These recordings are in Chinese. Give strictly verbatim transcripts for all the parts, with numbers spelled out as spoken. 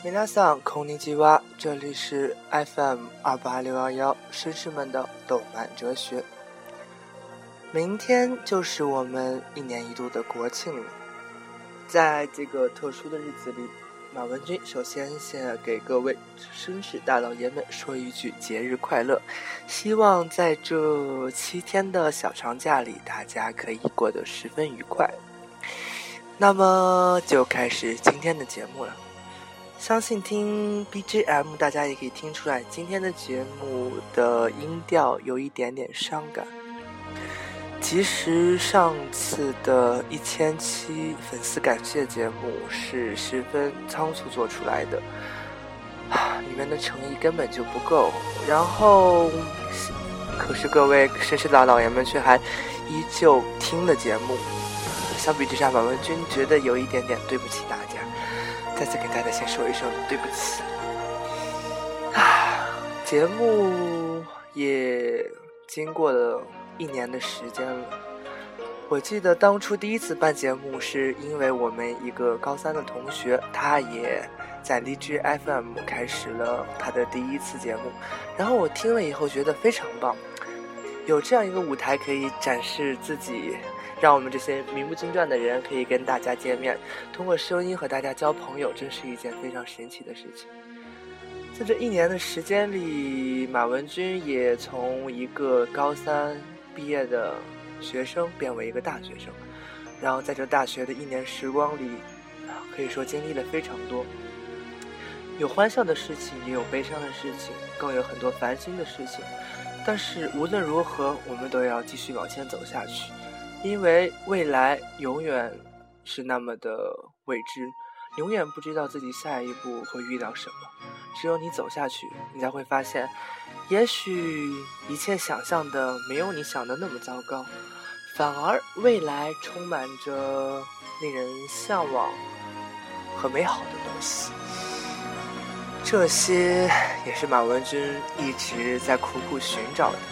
皆さんこんにちは，这里是 F M 二八六幺幺绅士们的动漫哲学。明天就是我们一年一度的国庆了，在这个特殊的日子里，马文君首先先给各位绅士大老爷们说一句节日快乐，希望在这七天的小长假里，大家可以过得十分愉快。那么就开始今天的节目了。相信听 B G M 大家也可以听出来，今天的节目的音调有一点点伤感。其实上次的一千期粉丝感谢节目是十分仓促做出来的，里面的诚意根本就不够，然后可是各位绅士大老爷们却还依旧听了节目。相比之下，马文君觉得有一点点对不起大家，再次给大家先说一声对不起。啊，节目也经过了一年的时间了。我记得当初第一次办节目是因为我们一个高三的同学，他也在荔枝 F M 开始了他的第一次节目，然后我听了以后觉得非常棒，有这样一个舞台可以展示自己，让我们这些名不经传的人可以跟大家见面，通过声音和大家交朋友，真是一件非常神奇的事情。在这一年的时间里，马文君也从一个高三毕业的学生变为一个大学生，然后在这大学的一年时光里，可以说经历了非常多，有欢笑的事情，也有悲伤的事情，更有很多烦心的事情。但是无论如何，我们都要继续往前走下去，因为未来永远是那么的未知，永远不知道自己下一步会遇到什么。只有你走下去，你才会发现，也许一切想象的没有你想的那么糟糕，反而未来充满着令人向往和美好的东西。这些也是马文君一直在苦苦寻找的。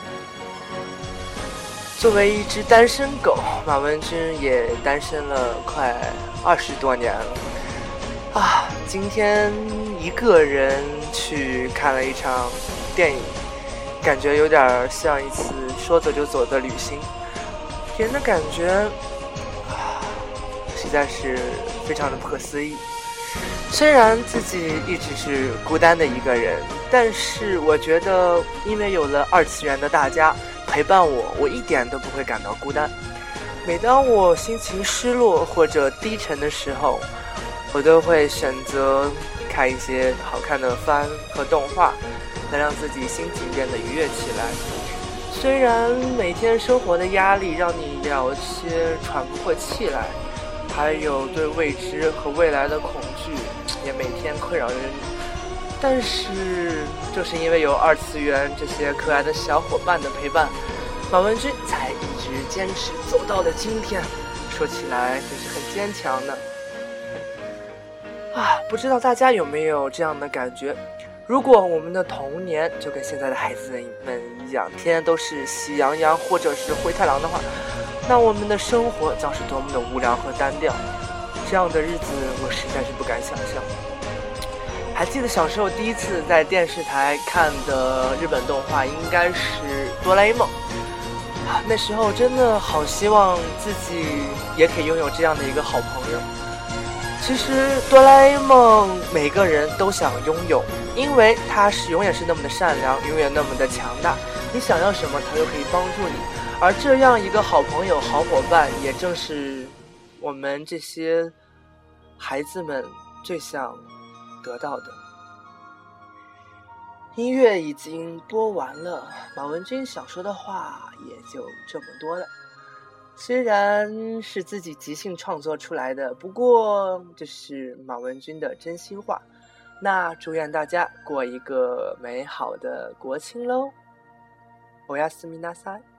作为一只单身狗，马文君也单身了快二十多年了啊！今天一个人去看了一场电影，感觉有点像一次说走就走的旅行，给人的感觉啊，实在是非常的不可思议。虽然自己一直是孤单的一个人，但是我觉得因为有了二次元的大家陪伴我，我一点都不会感到孤单。每当我心情失落或者低沉的时候，我都会选择看一些好看的番和动画，来让自己心情变得愉悦起来。虽然每天生活的压力让你有些喘不过气来，还有对未知和未来的恐惧也每天困扰着你，但是正是因为有二次元这些可爱的小伙伴的陪伴，马文君才一直坚持走到了今天。说起来真是很坚强的啊！不知道大家有没有这样的感觉，如果我们的童年就跟现在的孩子们一样，天天都是喜羊羊或者是灰太狼的话，那我们的生活将是多么的无聊和单调。这样的日子我实在是不敢想象。还记得小时候第一次在电视台看的日本动画应该是哆啦 A 梦啊，那时候真的好希望自己也可以拥有这样的一个好朋友。其实哆啦 A 梦每个人都想拥有，因为他是永远是那么的善良，永远那么的强大，你想要什么他都可以帮助你。而这样一个好朋友好伙伴，也正是我们这些孩子们最想得到的。音乐已经播完了，马文君想说的话也就这么多了。虽然是自己即兴创作出来的，不过这是马文君的真心话。那祝愿大家过一个美好的国庆喽！おやすみなさい。